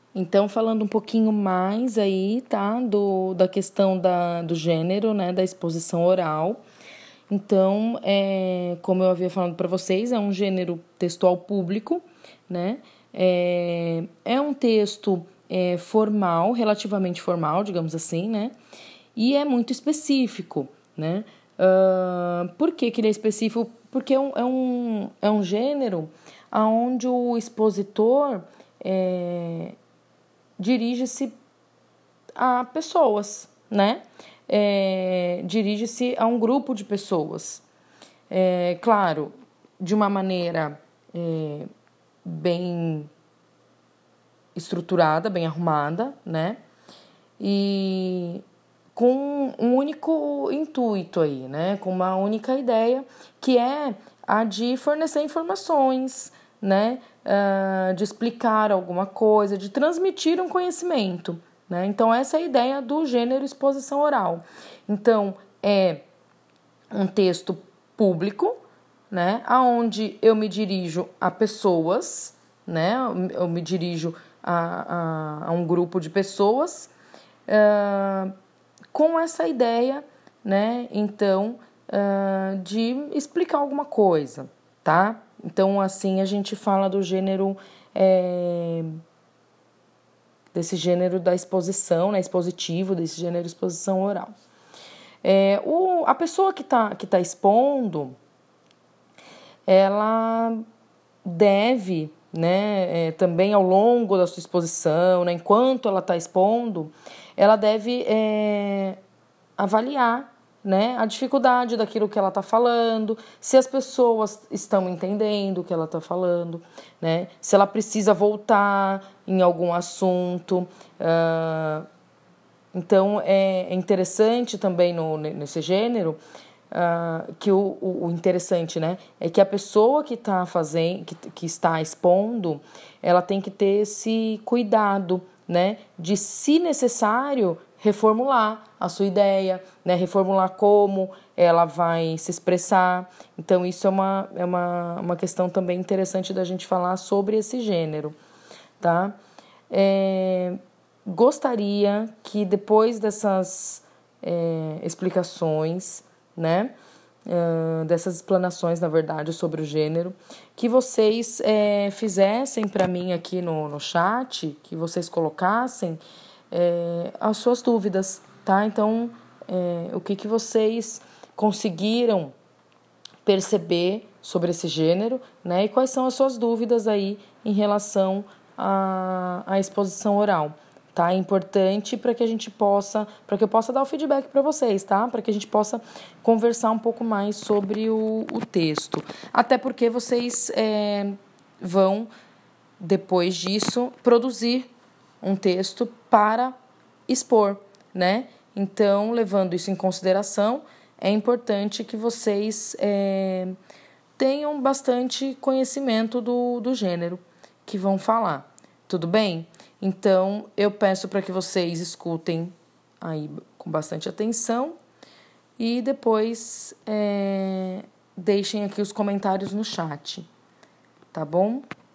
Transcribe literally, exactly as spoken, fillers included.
Então, falando um pouquinho mais aí, tá, do, da questão da, do gênero, né, da exposição oral. Então, é, como eu havia falado para vocês, é um gênero textual público, né, é, é um texto é, formal, relativamente formal, digamos assim, né, e é muito específico, né. Uh, por que que ele é específico? Porque é um, é um, é um gênero onde o expositor é, dirige-se a pessoas, né? É, dirige-se a um grupo de pessoas. É, claro, de uma maneira é, bem estruturada, bem arrumada, né? E com um único intuito aí, né? Com uma única ideia, que é a de fornecer informações, né? Uh, de explicar alguma coisa, de transmitir um conhecimento, né? Então, essa é a ideia do gênero exposição oral. Então, é um texto público, né? Onde eu me dirijo a pessoas, né? Eu me dirijo a, a, a um grupo de pessoas uh, com essa ideia, né? Então, uh, de explicar alguma coisa, tá? Então, assim, a gente fala do gênero, é, desse gênero da exposição, né, expositivo, desse gênero exposição oral. É, o, a pessoa que está que tá expondo, ela deve, né, é, também ao longo da sua exposição, né, enquanto ela está expondo, ela deve é, avaliar, né, a dificuldade daquilo que ela está falando, se as pessoas estão entendendo o que ela está falando, né, se ela precisa voltar em algum assunto. Uh, então, é interessante também no, nesse gênero, uh, que o, o interessante, né, é que a pessoa que está fazendo, que, que está expondo, ela tem que ter esse cuidado, né, de, se necessário, reformular a sua ideia, né, reformular como ela vai se expressar. Então, isso é uma, é uma, uma questão também interessante da gente falar sobre esse gênero, tá? É, gostaria que depois dessas é, explicações, né, uh, dessas explanações, na verdade, sobre o gênero, que vocês é, fizessem para mim aqui no, no chat, que vocês colocassem é, as suas dúvidas, tá? Então, é, o que, que vocês conseguiram perceber sobre esse gênero, né? E quais são as suas dúvidas aí em relação à, à exposição oral, tá? É importante para que a gente possa, para que eu possa dar o feedback para vocês, tá? Para que a gente possa conversar um pouco mais sobre o, o texto. Até porque vocês é, vão, depois disso, produzir um texto para expor, né? Então, levando isso em consideração, é importante que vocês é, tenham bastante conhecimento do, do gênero que vão falar, tudo bem? Então, eu peço para que vocês escutem aí com bastante atenção e depois é, deixem aqui os comentários no chat, tá bom?